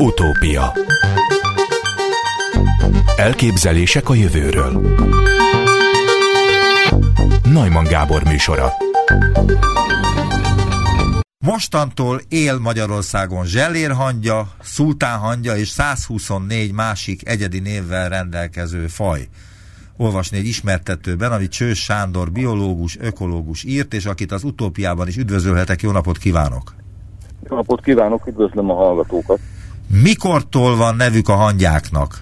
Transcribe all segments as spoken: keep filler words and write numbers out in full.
Utópia. Elképzelések a jövőről. Neumann Gábor műsora. Mostantól él Magyarországon zsellérhangya, szultánhangya és százhuszonnégy másik egyedi névvel rendelkező faj. Olvasni egy ismertetőben, amit Csős Sándor biológus, ökológus írt, és akit az Utópiában is üdvözölhetek. Jó napot kívánok! Jó napot kívánok, üdvözlöm a hallgatókat! Mikortól van nevük a hangyáknak?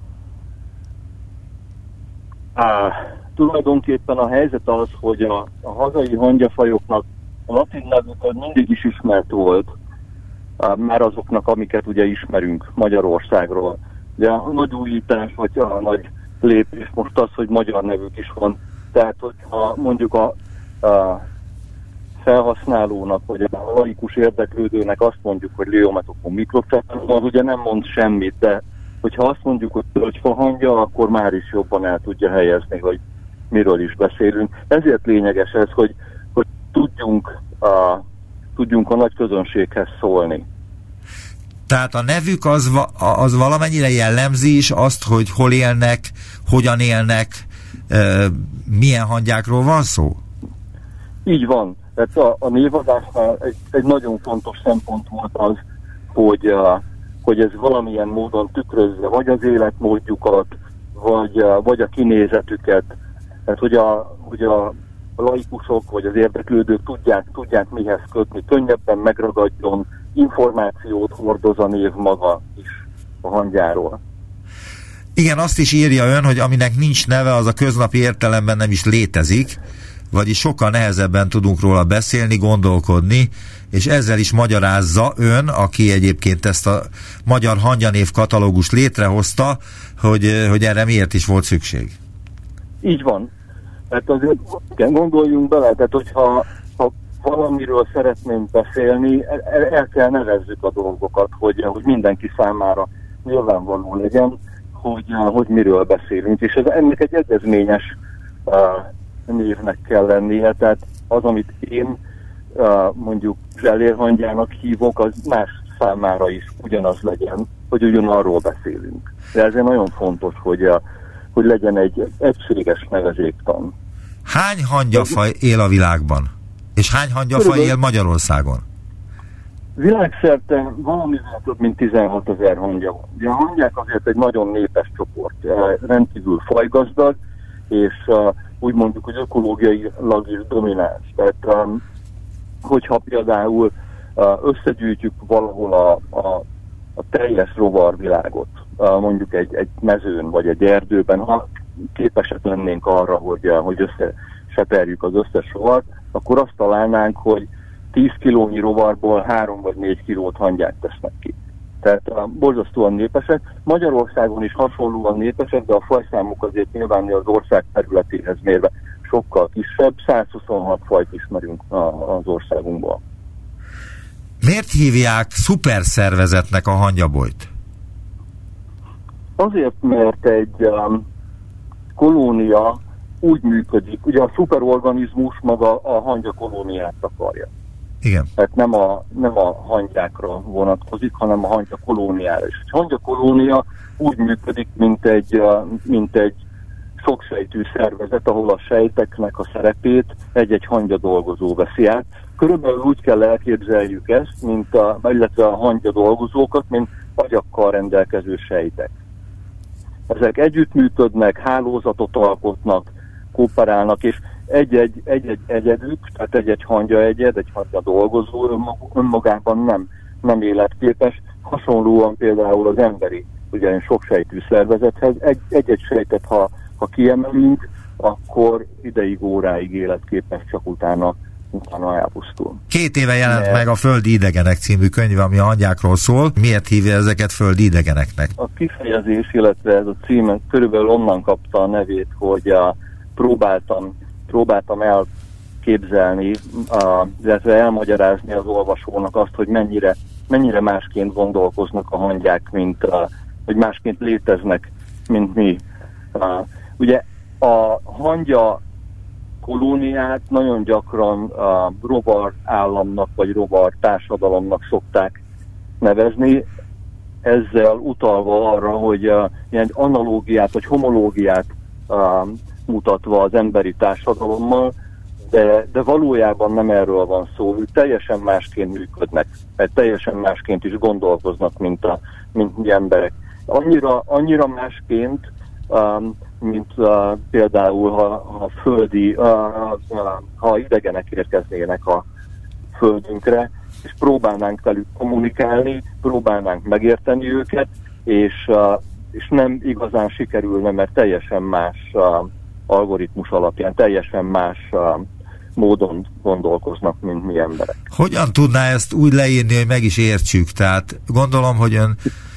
Á, tulajdonképpen a helyzet az, hogy a, a hazai hangyafajoknak a latin nevük mindig is ismert volt, á, már azoknak, amiket ugye ismerünk Magyarországról. De a nagy újítás, vagy a nagy lépés most az, hogy magyar nevük is van. Tehát, hogyha mondjuk a, a felhasználónak, vagy a laikus érdeklődőnek azt mondjuk, hogy Leometopon microcephalus, az ugye nem mond semmit, de hogyha azt mondjuk, hogy tölgyfahangya, akkor már is jobban el tudja helyezni, hogy miről is beszélünk. Ezért lényeges ez, hogy, hogy tudjunk, a, tudjunk a nagy közönséghez szólni. Tehát a nevük az, az valamennyire jellemzi is azt, hogy hol élnek, hogyan élnek, e, milyen hangyákról van szó? Így van. Tehát a, a névadásnál egy, egy nagyon fontos szempont volt az, hogy, a, hogy ez valamilyen módon tükrözze vagy az életmódjukat, vagy, a, vagy a kinézetüket. Tehát, hogy a, hogy a laikusok vagy az érdeklődők tudják, tudják mihez kötni, könnyebben megragadjon, információt hordoz a név maga is a hangyáról. Igen, azt is írja ön, hogy aminek nincs neve, az a köznapi értelemben nem is létezik, vagyis sokkal nehezebben tudunk róla beszélni, gondolkodni, és ezzel is magyarázza ön, aki egyébként ezt a magyar hangyanév katalógust létrehozta, hogy, hogy erre miért is volt szükség. Így van. Tehát azért igen, gondoljunk bele, tehát hogyha ha valamiről szeretnénk beszélni, el, el kell nevezzük a dolgokat, hogy, hogy mindenki számára nyilvánvaló legyen, hogy, hogy miről beszélünk, és ez ennek egy egyezményes uh, névnek kell lennie, tehát az, amit én uh, mondjuk zsellérhangyának hívok, az más számára is ugyanaz legyen, hogy ugyanarról beszélünk. De ezért nagyon fontos, hogy, uh, hogy legyen egy egységes nevezéktan. Hány hangyafaj él a világban? És hány hangyafaj él Magyarországon? Világszerte valamivel több mint tizenhatozer hangya van. Ugye a hangyák azért egy nagyon népes csoport, rendkívül fajgazdag, és uh, úgy mondjuk, hogy ökológiailag is domináns. Tehát, um, hogyha például uh, összegyűjtjük valahol a, a, a teljes rovarvilágot, uh, mondjuk egy, egy mezőn vagy egy erdőben, ha képesek lennénk arra, hogy, uh, hogy összeseperjük az összes rovart, akkor azt találnánk, hogy tíz kilónyi rovarból három vagy négy kilót hangyák tesznek ki. Tehát uh, borzasztóan népesek. Magyarországon is hasonlóan népesek, de a fajszámuk azért nyilván az ország területéhez mérve sokkal kisebb. százhuszonhat fajt ismerünk a, az országunkból. Miért hívják szuperszervezetnek a hangyabolyt? Azért, mert egy um, kolónia úgy működik, ugye a szuperorganizmus maga a hangya kolóniát akarja. Igen. Tehát nem a, nem a hangyákra vonatkozik, hanem a hangya kolóniára is. A hangya kolónia úgy működik, mint egy, mint egy soksejtű szervezet, ahol a sejteknek a szerepét egy-egy hangya dolgozó veszi át. Körülbelül úgy kell elképzeljük ezt, mint a, illetve a hangya dolgozókat, mint agyakkal rendelkező sejtek. Ezek együttműködnek, hálózatot alkotnak, kooperálnak, és egy-egy, egy-egy egyedük, tehát egy-egy hangya egyed, egy hangya dolgozó önmagában nem, nem életképes. Hasonlóan például az emberi, ugyanis soksejtű szervezethez egy, egy-egy sejtet, ha, ha kiemelünk, akkor ideig, óráig életképes, csak utána, utána elpusztul. Két éve jelent De... meg a Földi idegenek című könyv, ami a hangyákról szól. Miért hívja ezeket földi idegeneknek? A kifejezés, illetve ez a cím körülbelül onnan kapta a nevét, hogy a, próbáltam próbáltam elképzelni, uh, illetve elmagyarázni az olvasónak azt, hogy mennyire, mennyire másként gondolkoznak a hangyák, mint, uh, hogy másként léteznek, mint mi. Uh, ugye a hangya kolóniát nagyon gyakran uh, rovar államnak vagy rovar társadalomnak szokták nevezni. ezzel utalva arra, hogy uh, ilyen analógiát vagy homológiát uh, mutatva az emberi társadalommal, de, de valójában nem erről van szó. Ők teljesen másként működnek, mert teljesen másként is gondolkoznak, mint, a, mint mi emberek. Annyira, annyira másként, um, mint uh, például, ha, ha földi, uh, ha idegenek érkeznének a földünkre, és próbálnánk velük kommunikálni, próbálnánk megérteni őket, és, uh, és nem igazán sikerülne, mert teljesen más uh, algoritmus alapján, teljesen más uh, módon gondolkoznak, mint mi emberek. Hogyan tudná ezt úgy leírni, hogy meg is értsük? Tehát gondolom, hogy ön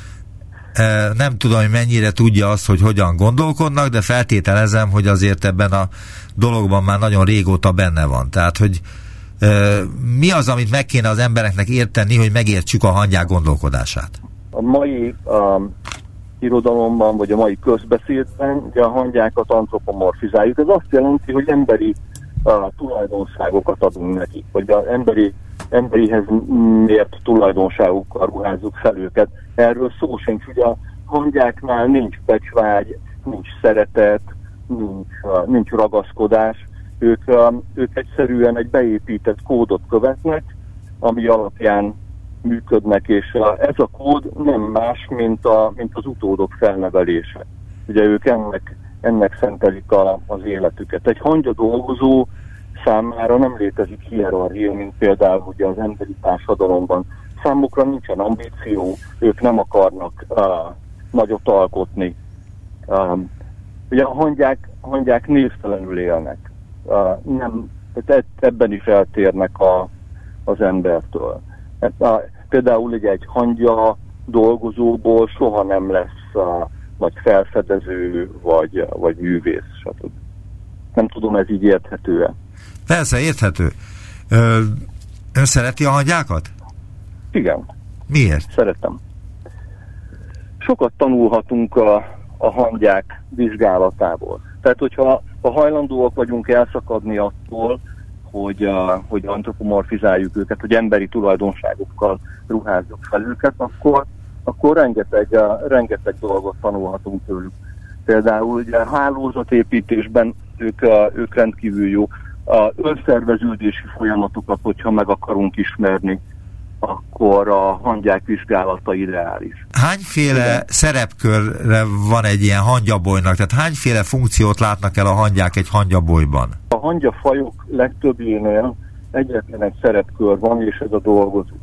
e, nem tudom, hogy mennyire tudja azt, hogy hogyan gondolkodnak, de feltételezem, hogy azért ebben a dologban már nagyon régóta benne van. Tehát, hogy e, mi az, amit meg kéne az embereknek érteni, hogy megértsük a hangyák gondolkodását? A mai um, irodalomban, vagy a mai közbeszédben ugye a hangyákat antropomorfizáljuk. Ez azt jelenti, hogy emberi uh, tulajdonságokat adunk nekik, vagy az emberi, emberihez mért tulajdonságokkal ruházzuk fel őket. Erről szó sincs. Ugye a hangyáknál nincs becsvágy, nincs szeretet, nincs, uh, nincs ragaszkodás. Ők, uh, ők egyszerűen egy beépített kódot követnek, ami alapján működnek, és ez a kód nem más, mint, a, mint az utódok felnevelése. Ugye ők ennek, ennek szentelik a, az életüket. Egy hangya dolgozó számára nem létezik hierarchia, mint például ugye az emberi társadalomban. Számukra nincsen ambíció, ők nem akarnak uh, nagyot alkotni. Um, ugye a hangyák, hangyák névtelenül élnek. Uh, nem, tehát ebben is eltérnek a, az embertől. A, például ugye egy hangya dolgozóból soha nem lesz a, vagy felfedező, vagy, vagy művész, stb. Nem tudom, ez így érthető-e? Persze, érthető. Ö, ön szereti a hangyákat? Igen. Miért? Szeretem. Sokat tanulhatunk a, a hangyák vizsgálatából. Tehát, hogyha ha hajlandóak vagyunk elszakadni attól, hogy, uh, hogy antropomorfizáljuk őket, hogy emberi tulajdonságokkal ruházzuk fel őket, akkor, akkor rengeteg, uh, rengeteg dolgot tanulhatunk tőlük. Például ugye a hálózatépítésben ők, uh, ők rendkívül jó. A önszerveződési folyamatokat, hogyha meg akarunk ismerni, akkor a hangyák vizsgálata ideális. Hányféle Igen. szerepkörre van egy ilyen hangyabolynak? Tehát hányféle funkciót látnak el a hangyák egy hangyabolyban? A hangyafajok legtöbbjénél egyetlen egy szerepkör van, és ez a dolgozó.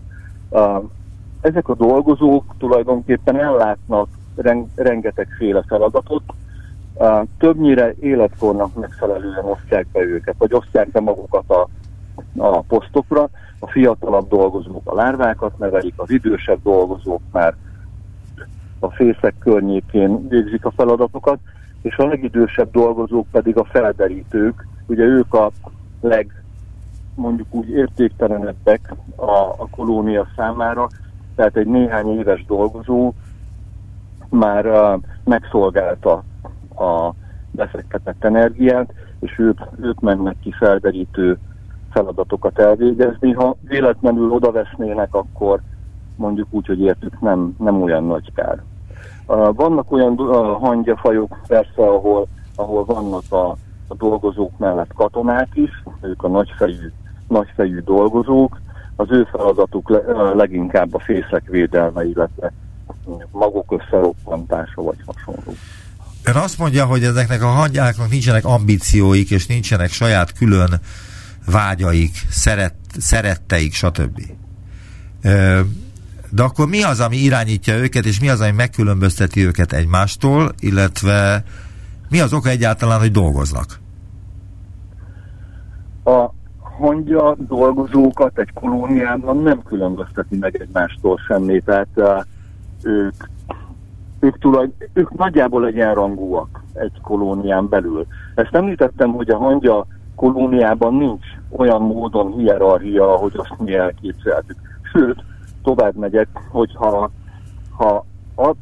Ezek a dolgozók tulajdonképpen ellátnak rengetegféle feladatot, többnyire életkornak megfelelően osztják be őket, vagy osztják be magukat a, a posztokra. A fiatalabb dolgozók a lárvákat nevelik, az idősebb dolgozók már a fészek környékén végzik a feladatokat, és a legidősebb dolgozók pedig a felderítők. Ugye ők a leg, mondjuk úgy értéktelenebbek a, a kolónia számára, tehát egy néhány éves dolgozó már uh, megszolgálta a befektetett energiát, és ők, ők mennek ki felderítő feladatokat elvégezni. Ha véletlenül odavesznének, akkor mondjuk úgy, hogy értük nem, nem olyan nagy kár. Uh, vannak olyan uh, hangyafajok persze, ahol, ahol vannak a, a dolgozók mellett katonák is, ők a nagyfejű, nagyfejű dolgozók. Az ő feladatuk le, uh, leginkább a fészek védelme, illetve maguk összeroppantása vagy hasonló. Ön azt mondja, hogy ezeknek a hangyáknak nincsenek ambícióik, és nincsenek saját külön vágyaik, szeret, szeretteik, stb. De akkor mi az, ami irányítja őket, és mi az, ami megkülönbözteti őket egymástól, illetve mi az oka egyáltalán, hogy dolgoznak? A hangya dolgozókat egy kolóniában nem különbözteti meg egymástól semmi, tehát uh, ők, ők, tulaj, ők nagyjából egyenrangúak egy kolónián belül. Ezt említettem, hogy a hangya kolóniában nincs olyan módon hierarchia, ahogy azt mi elképzeltük. Sőt, tovább megyek, hogyha ha, a,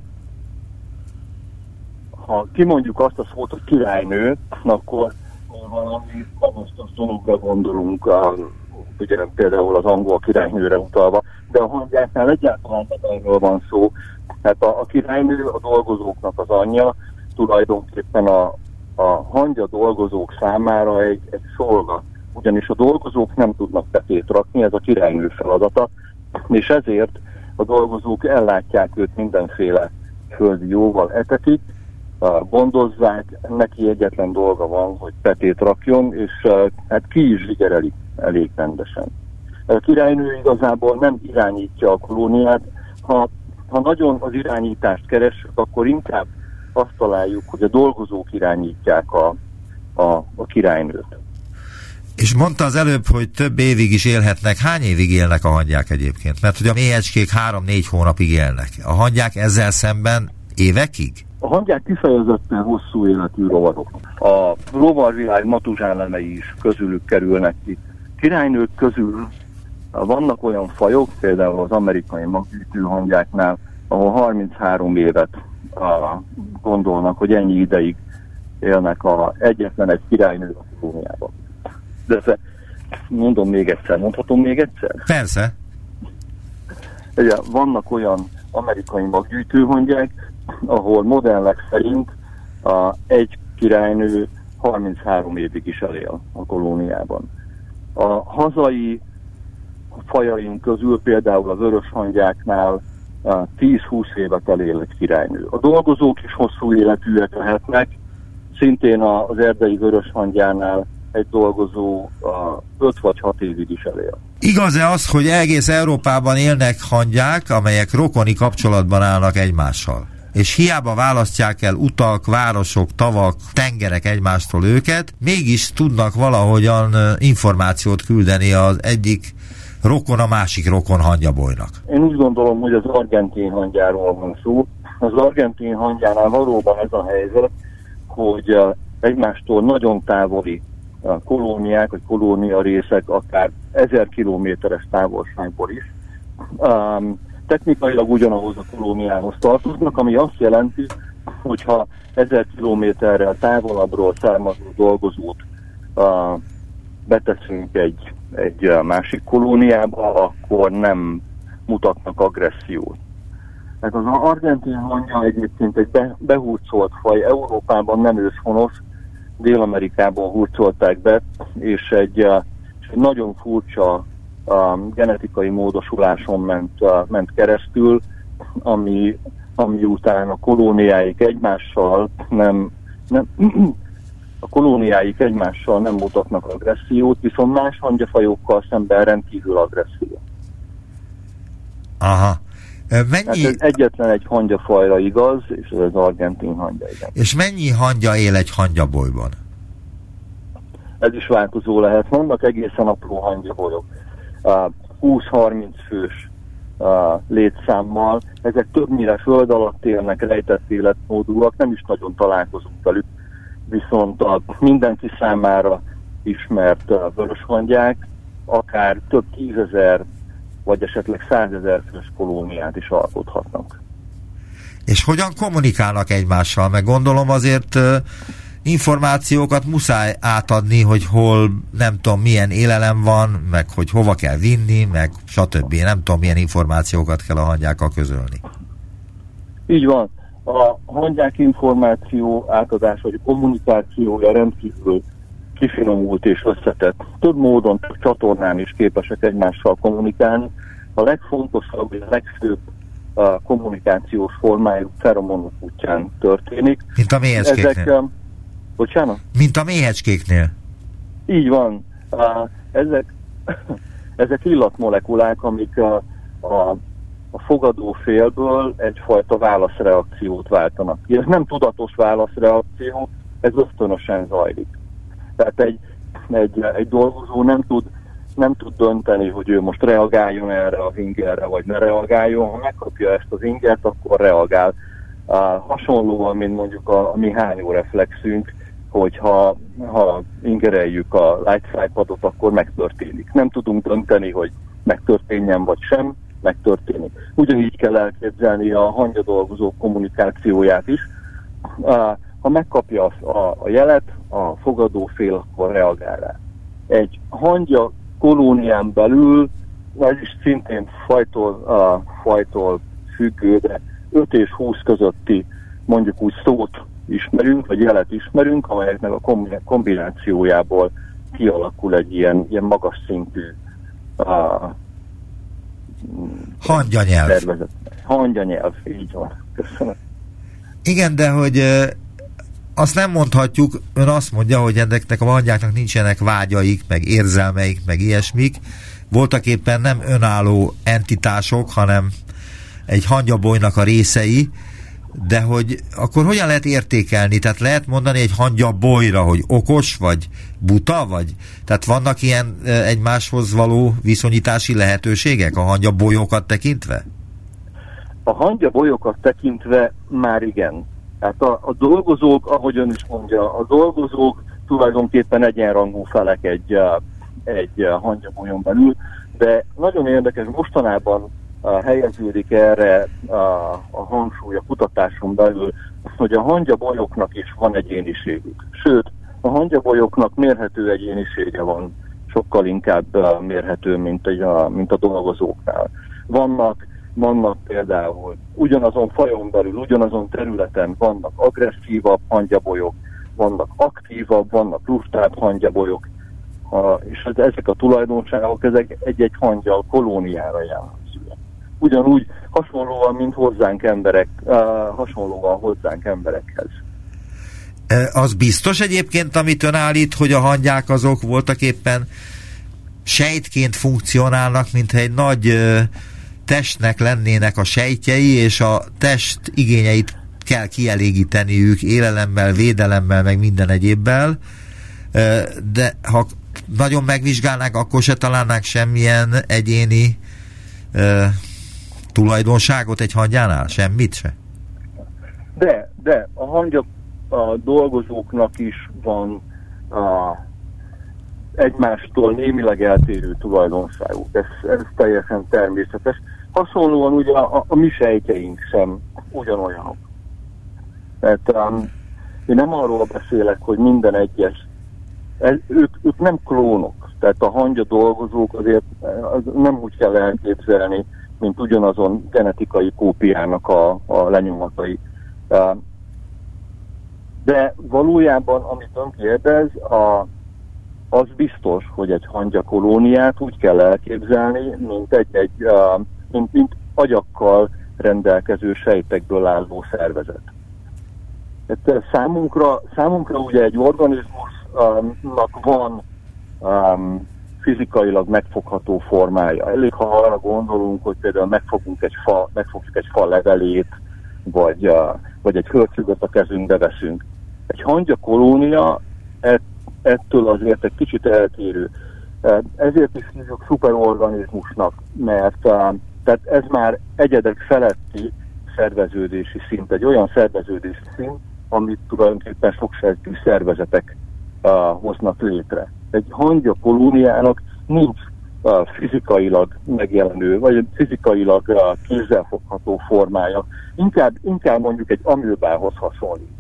ha kimondjuk azt a szót, hogy királynő, akkor valami magasztos dologra gondolunk, a ugye például az angol királynőre utalva, de a hangyáknál egyáltalán erről van szó. Hát a, a királynő a dolgozóknak az anyja, tulajdonképpen a, a hangya dolgozók számára egy, egy szolga, ugyanis a dolgozók nem tudnak petét rakni, ez a királynő feladata, és ezért a dolgozók ellátják őt mindenféle földi jóval, etetik, gondozzák, neki egyetlen dolga van, hogy petét rakjon, és hát ki is zsigerelik elég rendesen. A királynő igazából nem irányítja a kolóniát, ha, ha nagyon az irányítást keressük, akkor inkább azt találjuk, hogy a dolgozók irányítják a, a, a királynőt. És mondta az előbb, hogy több évig is élhetnek. Hány évig élnek a hangyák egyébként? Mert ugye a méhecskék három-négy hónapig élnek. A hangyák ezzel szemben évekig? A hangyák kifejezetten hosszú életű rovarok. A rovarvilág matuzsálemei is közülük kerülnek ki. Királynők közül vannak olyan fajok, például az amerikai maggyűjtő hangyáknál, ahol harminchárom évet gondolnak, hogy ennyi ideig élnek a egyetlen egy királynő a kolóniában. De mondom még egyszer, mondhatom még egyszer? Persze. Ugye, vannak olyan amerikai maggyűjtőhangyák, ahol modellek szerint a egy királynő harminchárom évig is elél a kolóniában. A hazai fajaink közül például a vöröshangyáknál tíz-húsz évet elél egy királynő. A dolgozók is hosszú életűek lehetnek, szintén az erdei vöröshangyánál egy dolgozó öt vagy hat évig is elél. Igaz-e az, hogy egész Európában élnek hangyák, amelyek rokoni kapcsolatban állnak egymással? És hiába választják el utak, városok, tavak, tengerek egymástól őket, mégis tudnak valahogyan információt küldeni az egyik rokon a másik rokon hangyabolynak. Én úgy gondolom, hogy az argentin hangyáról van szó. Az argentin hangyánál valóban ez a helyzet, hogy egymástól nagyon távoli kolóniák, vagy kolónia részek, akár ezer kilométeres távolságból is. Um, technikailag ugyanahoz a kolóniához tartoznak, ami azt jelenti, hogyha ezer kilométerrel távolabbról származó dolgozót uh, beteszünk egy, egy másik kolóniába, akkor nem mutatnak agressziót. Hát az argentin hangya egyébként egy be, behurcolt faj, Európában nem őshonos, Dél-Amerikában hurcolták be, és egy, és egy nagyon furcsa um, genetikai módosuláson ment, uh, ment keresztül, ami, ami után a kolóniáik egymással nem, nem a kolóniáik egymással nem mutatnak agressziót, viszont más hangyafajokkal szemben rendkívül agresszió. Aha. Mennyi... Hát ez egyetlen egy hangyafajra igaz, és ez az argentin hangya, igen. És mennyi hangya él egy hangyabolyban? Ez is változó lehet. Vannak egészen apró hangyabolyok. Uh, húsz-harminc fős uh, létszámmal. Ezek többnyire föld alatt élnek, rejtett életmódúak, nem is nagyon találkozunk velük. Viszont a mindenki számára ismert uh, vöröshangyák akár több tízezer vagy esetleg százezer fős kolóniát is alkothatnak. És hogyan kommunikálnak egymással? Meg gondolom azért uh, információkat muszáj átadni, hogy hol nem tudom milyen élelem van, meg hogy hova kell vinni, meg stb. Nem tudom milyen információkat kell a hangyákkal közölni. Így van. A hangyák információ átadás vagy kommunikációja rendkívül kifinomult és összetett. Több módon, több csatornán is képesek egymással kommunikálni. A legfontosabb, a legfőbb a kommunikációs formájuk feromonok útján történik. Mint a méhecskéknél. Ezek, um, bocsánat? Mint a méhecskéknél. Így van. Uh, ezek, ezek illatmolekulák, amik a, a, a fogadó félből egyfajta válaszreakciót váltanak ki. Ez nem tudatos válaszreakció, ez ösztönösen zajlik. Tehát egy, egy, egy dolgozó nem tud, nem tud dönteni, hogy ő most reagáljon erre az ingerre, vagy ne reagáljon. Ha megkapja ezt az ingert, akkor reagál. Uh, hasonlóan, mint mondjuk a, a mi hányóreflexünk, hogyha ha ingereljük a light padot, akkor megtörténik. Nem tudunk dönteni, hogy megtörténjen vagy sem, megtörténik. Ugyanígy kell elképzelni a hangyadolgozók kommunikációját is. Uh, ha megkapja a, a, a jelet, a fogadó fél akkor reagál rá. Egy hangya kolónián belül, vagyis szintén fajtól, uh, fajtól függő, de öt és húsz közötti mondjuk úgy szót ismerünk, vagy jelet ismerünk, amelyeknek a kombinációjából kialakul egy ilyen, ilyen magas szintű uh, hangyanyelv. Tervezet. Hangyanyelv, így van. Köszönöm. Igen, de hogy azt nem mondhatjuk, ön azt mondja, hogy ennek a hangyáknak nincsenek vágyaik, meg érzelmeik, meg ilyesmik. Voltak éppen nem önálló entitások, hanem egy hangyabolynak a részei, de hogy akkor hogyan lehet értékelni? Tehát lehet mondani egy hangyabolyra, hogy okos, vagy buta, vagy? Tehát vannak ilyen egymáshoz való viszonyítási lehetőségek a hangyabolyokat tekintve? A hangyabolyokat tekintve már igen. Tehát a, a dolgozók, ahogy ön is mondja, a dolgozók tulajdonképpen egyenrangú felek egy, egy hangyabolyon belül, de nagyon érdekes, mostanában uh, helyeződik erre uh, a hangsúly a kutatáson belül, hogy a hangyabolyoknak is van egyéniségük. Sőt, a hangyabolyoknak mérhető egyénisége van, sokkal inkább uh, mérhető, mint, egy, uh, mint a dolgozóknál. Vannak Vannak például ugyanazon fajon belül, ugyanazon területen vannak agresszívabb hangyabolyok, vannak aktívabb, vannak lustább hangyabolyok, és ezek a tulajdonságok ezek egy-egy hangyal kolóniára jellemzőek. Ugyanúgy hasonlóan, mint hozzánk emberek, hasonlóan hozzánk emberekhez. Az biztos egyébként, amit ön állít, hogy a hangyák azok voltak éppen sejtként funkcionálnak, mint egy nagy testnek lennének a sejtjei, és a test igényeit kell kielégíteniük élelemmel, védelemmel, meg minden egyébbel, de ha nagyon megvizsgálnák, akkor se találnák semmilyen egyéni uh, tulajdonságot egy hangyánál? Semmit se? De, de a hangya a dolgozóknak is van a egymástól némileg eltérő tulajdonságuk. Ez, ez teljesen természetes. Hasonlóan ugye a, a mi sejtjeink sem ugyanolyanok. Tehát um, én nem arról beszélek, hogy minden egyes, ez, ők, ők nem klónok. Tehát a hangya dolgozók azért az nem úgy kell elképzelni, mint ugyanazon genetikai kópiának a, a lenyomatai. Uh, de valójában, amit ön kérdez, a az biztos, hogy egy hangya kolóniát úgy kell elképzelni, mint egy, egy uh, mint, mint agyakkal rendelkező sejtekből álló szervezet. Tehát számunkra, számunkra ugye egy organizmusnak van um, fizikailag megfogható formája. Elég, ha arra gondolunk, hogy például megfogunk egy fa, megfogjuk egy fa levelét, vagy, uh, vagy egy hörcsögöt a kezünkbe veszünk. Egy hangya kolónia ettől azért egy kicsit eltérő. Ezért is hívjuk szuperorganizmusnak, mert tehát ez már egyedek feletti szerveződési szint, egy olyan szerveződési szint, amit tulajdonképpen soksejtű szervezetek uh, hoznak létre. Egy hangya kolóniának nincs uh, fizikailag megjelenő, vagy fizikailag uh, kézzelfogható formája. Inkább, inkább mondjuk egy amőbához hasonlít.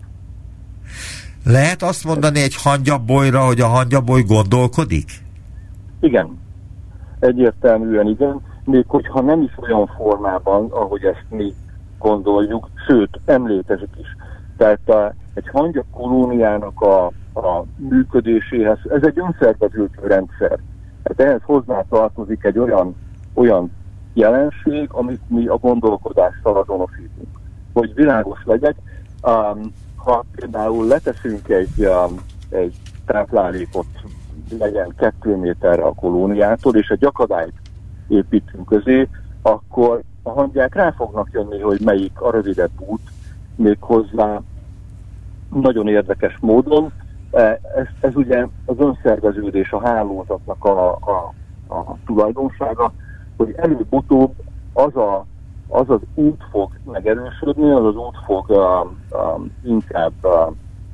Lehet azt mondani egy hangyabolyra, hogy a hangyaboly gondolkodik? Igen. Egyértelműen igen. Még hogyha nem is olyan formában, ahogy ezt mi gondoljuk, sőt, emlékezik is. Tehát a, egy hangya kolóniának a, a működéséhez, ez egy önszerveződő rendszer. Tehát ehhez hozzá tartozik egy olyan, olyan jelenség, amit mi a gondolkodással azonosítunk. Hogy világos legyek, um, ha például leteszünk egy, um, egy táplálékot, legyen kettő méterre a kolóniától, és egy akadályt építünk közé, akkor a hangyák rá fognak jönni, hogy melyik a rövidebb út, méghozzá nagyon érdekes módon. Ez, ez ugye az önszerveződés, a hálózatnak a, a, a tulajdonsága, hogy előbb-utóbb az, a, az az út fog megerősödni, az az út fog uh, uh, inkább uh,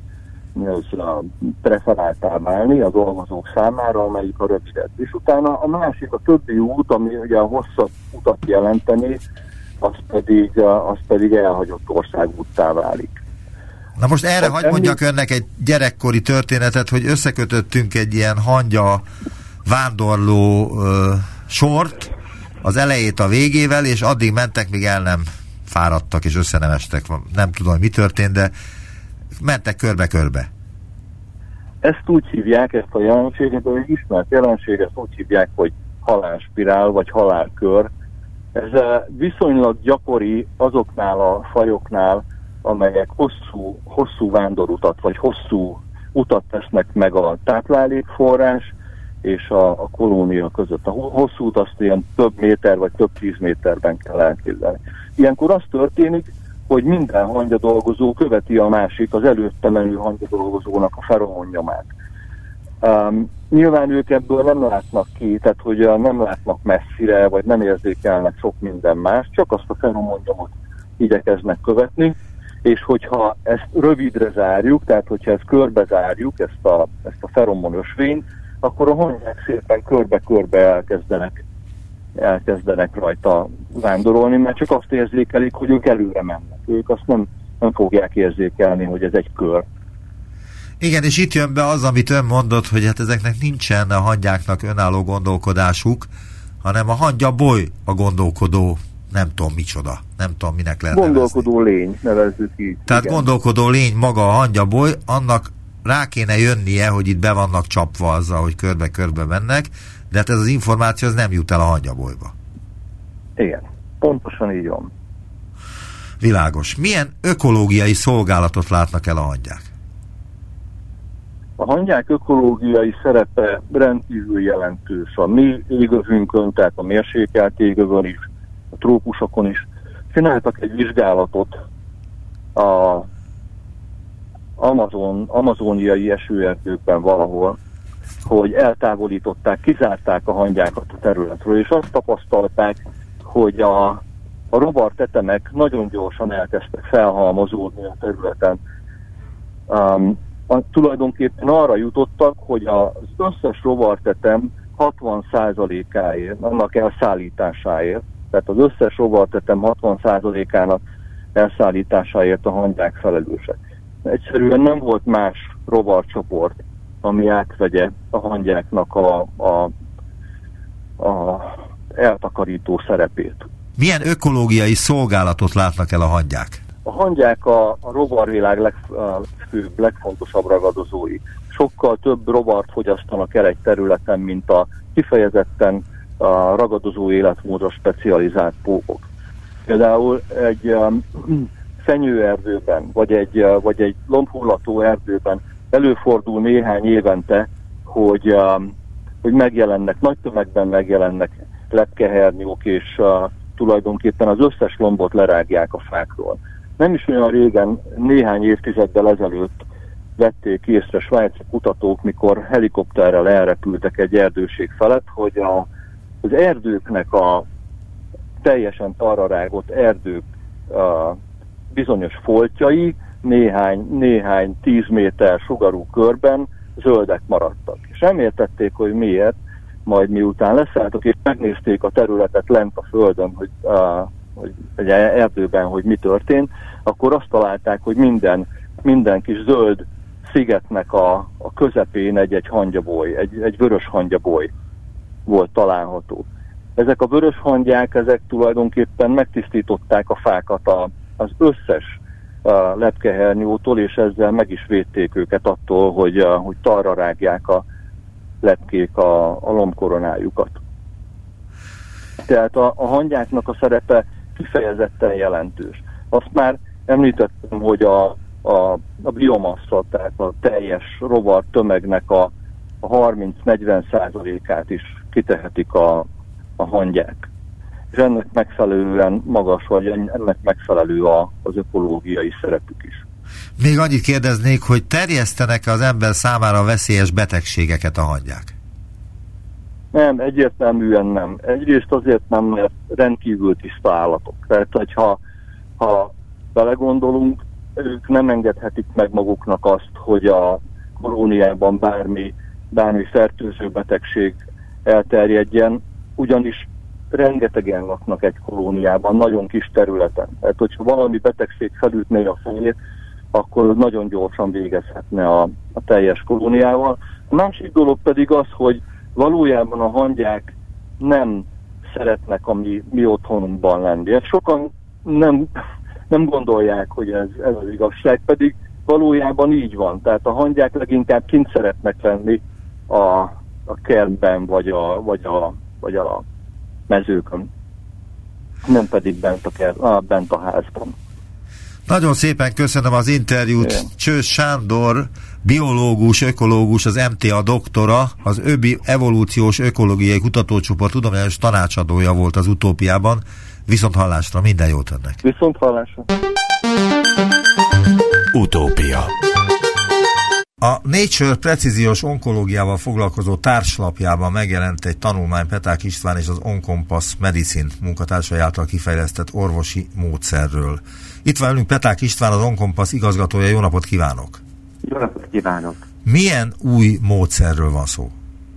uh, preferáltá válni a dolgozók számára, amelyik a rövidebb. És utána a másik, a többi út, ami ugye a hosszabb utat jelenteni, az pedig, uh, az pedig elhagyott országúttá válik. Na most erre hadd mondjak önnek egy gyerekkori történetet, hogy összekötöttünk egy ilyen hangya vándorló ö, sort, az elejét a végével, és addig mentek, míg el nem fáradtak és össze nem estek. Nem tudom, mi történt, de mentek körbe-körbe. Ezt úgy hívják, ezt a jelenséget, egy ismert jelenség, ezt úgy hívják, hogy halálspirál, vagy halálkör. Ez viszonylag gyakori azoknál a fajoknál, amelyek hosszú, hosszú vándorutat, vagy hosszú utat tesznek meg a táplálékforrás és a, a kolónia között. A hosszú út azt ilyen több méter, vagy több tíz méterben kell elképzelni. Ilyenkor az történik, hogy minden hangyadolgozó követi a másik, az előtte menő hangyadolgozónak a feromonnyomát. Um, nyilván ők ebből nem látnak ki, tehát hogy uh, nem látnak messzire, vagy nem érzékelnek sok minden más, csak azt a feromonnyomot igyekeznek követni, és hogyha ezt rövidre zárjuk, tehát hogyha ezt körbe zárjuk, ezt a, ezt a feromonösvényt, akkor a hangyák szépen körbe-körbe elkezdenek, elkezdenek rajta vándorolni, mert csak azt érzékelik, hogy ők előre mennek. Ők azt nem, nem fogják érzékelni, hogy ez egy kör. Igen, és itt jön be az, amit ön mondott, hogy hát ezeknek nincsen a hangyáknak önálló gondolkodásuk, hanem a hangyaboly a gondolkodó, nem tudom micsoda, nem tudom minek lehet Gondolkodó nevezni. lény, nevezzük így. Tehát igen. Gondolkodó lény maga a hangyaboly, annak rá kéne jönnie, hogy itt be vannak csapva azzal, hogy körbe-körbe mennek, de hát ez az információ az nem jut el a hangyabolyba. Igen, pontosan így van. Világos. Milyen ökológiai szolgálatot látnak el a hangyák? A hangyák ökológiai szerepe rendkívül jelentős. A mi égövünkön, tehát a mérsékelt égövön is, a trópusokon is. Csináltak egy vizsgálatot a Amazon, amazoniai esőerdőkben valahol, hogy eltávolították, kizárták a hangyákat a területről, és azt tapasztalták, hogy a, a rovartetemek nagyon gyorsan elkezdtek felhalmozódni a területen. Um, a, tulajdonképpen arra jutottak, hogy az összes rovartetem hatvan százalékáért, annak elszállításáért, tehát az összes rovartetem hatvan százalékának elszállításáért a hangyák felelősek. Egyszerűen nem volt más rovarcsoport, ami átvegye a hangyáknak a, a, a eltakarító szerepét. Milyen ökológiai szolgálatot látnak el a hangyák? A hangyák a, a rovarvilág legfőbb, legfontosabb ragadozói. Sokkal több rovart fogyasztanak el egy területen, mint a kifejezetten a ragadozó életmódra specializált pókok. Például egy um, fenyőerdőben, vagy egy, uh, vagy egy lombhullató erdőben előfordul néhány évente, hogy, um, hogy megjelennek, nagy tömegben megjelennek lepkehernyók, és uh, tulajdonképpen az összes lombot lerágják a fákról. Nem is olyan régen, néhány évtizeddel ezelőtt vették észre svájci kutatók, mikor helikopterrel elrepültek egy erdőség felett, hogy a, az erdőknek a teljesen tarrarágott erdők a bizonyos foltjai néhány, néhány tíz méter sugarú körben zöldek maradtak. És nem értették, hogy miért, majd miután leszálltak és megnézték a területet lent a földön, hogy, a, hogy egy erdőben, hogy mi történt, akkor azt találták, hogy minden, minden kis zöld szigetnek a, a közepén egy-egy hangyaboly, egy, egy vörös hangyaboly volt található. Ezek a vörös hangyák, ezek tulajdonképpen megtisztították a fákat a, az összes a lepkehernyótól, és ezzel meg is védték őket attól, hogy, a, hogy talra rágják a lepkék a, a lombkoronájukat. Tehát a, a hangyáknak a szerepe kifejezetten jelentős. Azt már említettem, hogy a, a, a biomassa, tehát a teljes rovar tömegnek a, a harminc-negyven százalékát is kitehetik a, a hangyák. És ennek megfelelően magas, vagy ennek megfelelő a, az ökológiai szerepük is. Még annyit kérdeznék, hogy terjesztenek az ember számára veszélyes betegségeket a hangyák? Nem, egyértelműen nem. Egyrészt azért nem, mert rendkívül tiszta állatok. Tehát, hogyha ha belegondolunk, ők nem engedhetik meg maguknak azt, hogy a kolóniában bármi, bármi fertőző betegség elterjedjen, ugyanis rengetegen laknak egy kolóniában, nagyon kis területen. Tehát, hogyha valami betegség felütné a fejét, akkor nagyon gyorsan végezhetne a, a teljes kolóniával. A másik dolog pedig az, hogy valójában a hangyák nem szeretnek a mi, mi otthonunkban lenni. Ezt sokan nem, nem gondolják, hogy ez, ez az igazság, pedig valójában így van. Tehát a hangyák leginkább kint szeretnek lenni a, a kertben, vagy a, vagy, a, vagy a mezőkön. Nem pedig bent a, kert, á, bent a házban. Nagyon szépen köszönöm az interjút. Igen. Csős Sándor, biológus, ökológus, az em té á doktora, az ÖBI Evolúciós Ökológiai Kutatócsoport tudományos tanácsadója volt az Utópiában. Viszont hallásra, minden jót önnek. Viszont hallásra. Utópia. A Nature precíziós onkológiával foglalkozó társlapjában megjelent egy tanulmány Peták István és az OnCompass Medicine munkatársai által kifejlesztett orvosi módszerről. Itt van velünk Peták István, az OnCompass igazgatója. Jó napot kívánok! Jó napot kívánok! Milyen új módszerről van szó?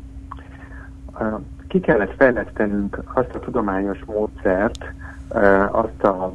Ki kellett fejlesztenünk azt a tudományos módszert, azt a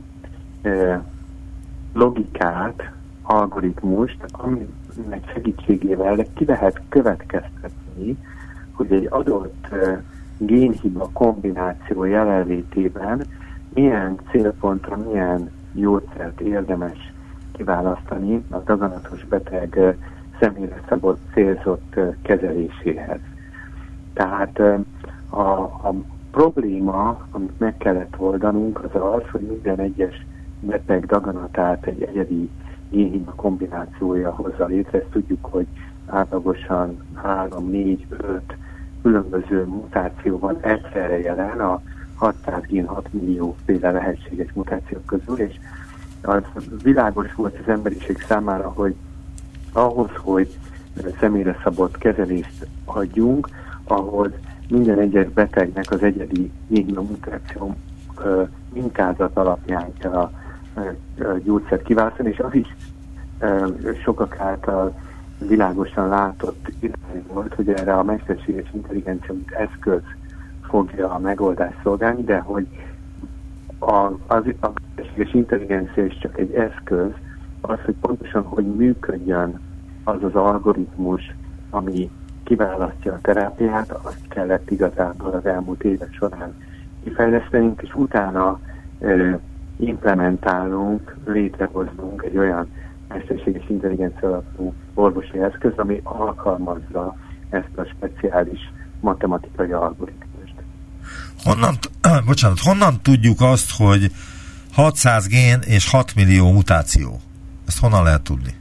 logikát, algoritmust, aminek segítségével ki lehet következtetni, hogy egy adott génhiba kombináció jelenlétében milyen célpontra, milyen jószert érdemes kiválasztani a daganatos beteg személyre szabott célzott kezeléséhez. Tehát a, a probléma, amit meg kellett oldanunk, az az, hogy minden egyes beteg daganatát egy egyedi génhiba kombinációja hozza létre. Ezt tudjuk, hogy átlagosan három, négy, öt különböző mutáció van egyszerre jelen a hatszáz gén, hat millió féle lehetséges mutációk közül, és az világos volt az emberiség számára, hogy ahhoz, hogy személyre szabott kezelést adjunk, ahhoz minden egyes betegnek az egyedi génhiba mutáció mintázat alapján kell a gyógyszert kiválasztani, és az is sokak által világosan látott irány volt, hogy erre a mesterséges intelligencia mint eszköz fogja a megoldást szolgálni, de hogy a, az, a mesterséges intelligencia is csak egy eszköz, az, hogy pontosan hogy működjön az az algoritmus, ami kiválasztja a terápiát, azt kellett igazából az elmúlt évek során kifejlesztenünk, és utána e, implementálunk, létrehoznunk egy olyan mesterséges intelligencia alapú orvosi eszköz, ami alkalmazza ezt a speciális matematikai algoritmust. Honnan, bocsánat, honnan tudjuk azt, hogy hatszáz gén és hat millió mutáció? Ezt honnan lehet tudni?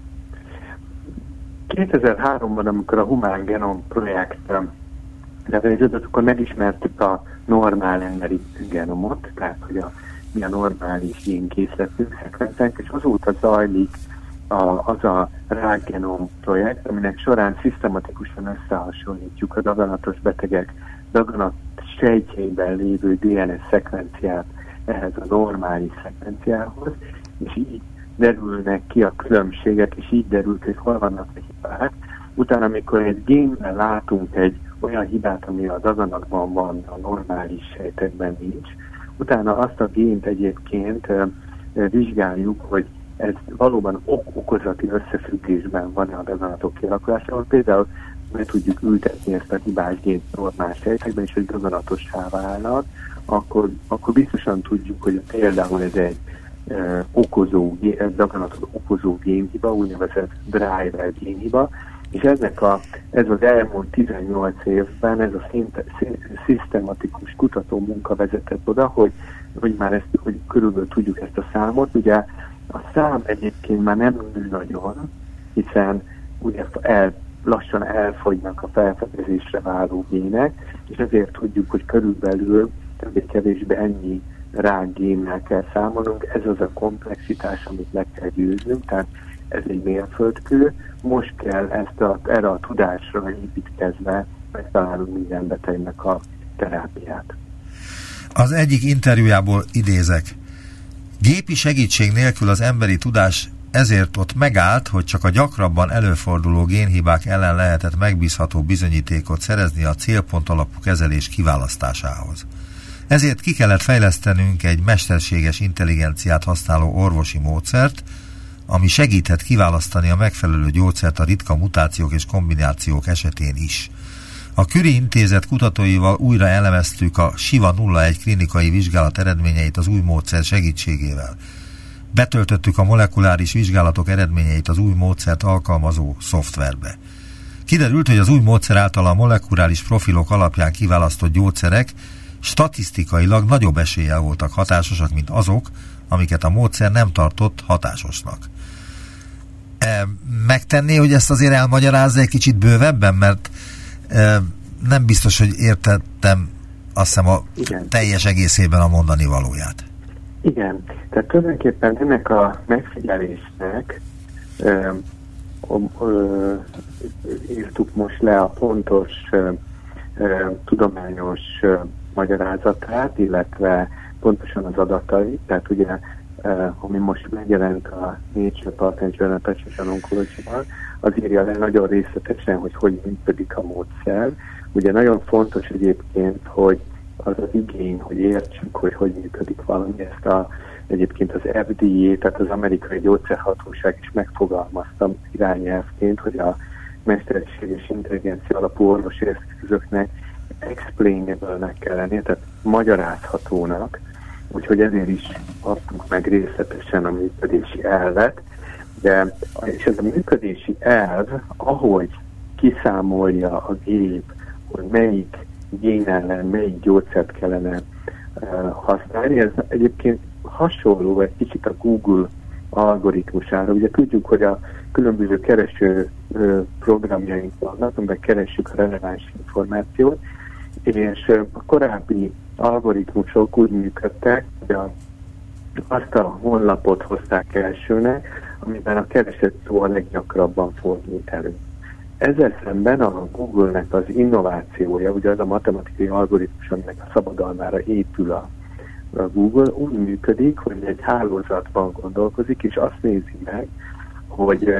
kétezer-háromban, amikor a Human Genome projekt leveződött, akkor megismertük a normál emberi genomot, tehát hogy a, mi a normális génkészletünk, szekvenciánk, és azóta zajlik a, az a rákgenom projekt, aminek során szisztematikusan összehasonlítjuk a daganatos betegek daganat sejtjeiben lévő dé en es szekvenciát ehhez a normális szekvenciához, és így derülnek ki a különbségek, és így derült, hogy hol vannak a hibák. Utána, amikor egy génben látunk egy olyan hibát, ami a daganatban van, a normális sejtekben nincs, utána azt a gént egyébként e, e, vizsgáljuk, hogy ez valóban ok-okozati összefüggésben van a daganatok kialakulásával. Például meg tudjuk ültetni ezt a hibás gént normál sejtekben, és hogy daganatossá válnak, akkor, akkor biztosan tudjuk, hogy például ez egy e, okozó, ez daganatot okozó génhiba, úgynevezett driver génhiba, és ennek a, ez az elmúlt tizennyolc évben ez a szinte, szisztematikus kutató munka vezetett oda, hogy, hogy már ezt, hogy körülbelül tudjuk ezt a számot. Ugye a szám egyébként már nem nő nagyon, hiszen ugye el, lassan elfogynak a felfedezésre váló gének, és ezért tudjuk, hogy körülbelül többé-kevésbé ennyi rákgénnel kell számolnunk. Ez az a komplexitás, amit le kell győznünk, tehát ez egy mérföldkő. Most kell ezt a, erre a tudásra építkezve megtalálnunk minden betegnek a terápiát. Az egyik interjújából idézek. Gépi segítség nélkül az emberi tudás ezért ott megállt, hogy csak a gyakrabban előforduló génhibák ellen lehetett megbízható bizonyítékot szerezni a célpont alapú kezelés kiválasztásához. Ezért ki kellett fejlesztenünk egy mesterséges intelligenciát használó orvosi módszert, ami segíthet kiválasztani a megfelelő gyógyszert a ritka mutációk és kombinációk esetén is. A Curie Intézet kutatóival újra elemeztük a SIVA nulla egy klinikai vizsgálat eredményeit az új módszer segítségével. Betöltöttük a molekuláris vizsgálatok eredményeit az új módszert alkalmazó szoftverbe. Kiderült, hogy az új módszer által a molekuláris profilok alapján kiválasztott gyógyszerek statisztikailag nagyobb eséllyel voltak hatásosak, mint azok, amiket a módszer nem tartott hatásosnak. E, megtenné, hogy ezt azért elmagyarázza egy kicsit bővebben, mert e, nem biztos, hogy értettem azt hiszem a Igen. teljes egészében a mondani valóját. Igen, tehát tulajdonképpen ennek a megfigyelésnek ö, ö, ö, írtuk most le a pontos ö, ö, tudományos ö, magyarázatát, illetve pontosan az adatai, tehát ugye, ö, ami most megjelent a Nature Patent Journal Precision Oncology-ban, az írja le nagyon részletesen, hogy hogy működik a módszer. Ugye nagyon fontos egyébként, hogy az az igény, hogy értsük, hogy hogy működik valami. Ezt a, egyébként az F D A, tehát az Amerikai Gyógyszerhatóság is megfogalmazta irányelvként, hogy a mesterséges intelligencia alapú orvosi eszközöknek explainable-nek kell lennie, tehát magyarázhatónak, úgyhogy ezért is adtunk meg részletesen a működési elvet, de és ez a működési elv, ahogy kiszámolja a gép, hogy melyik gén ellen melyik gyógyszert kellene uh, használni. Ez egyébként hasonló egy kicsit a Google algoritmusára. Ugye tudjuk, hogy a különböző kereső uh, programjaink vannak, amiben keressük a releváns információt, és uh, a korábbi algoritmusok úgy működtek, hogy a, azt a honlapot hozták elsőnek, amiben a keresett szó a leggyakrabban fordul elő. Ezzel szemben a Google-nek az innovációja, ugye az a matematikai algoritmus, aminek a szabadalmára épül a, a Google, úgy működik, hogy egy hálózatban gondolkozik, és azt nézi meg, hogy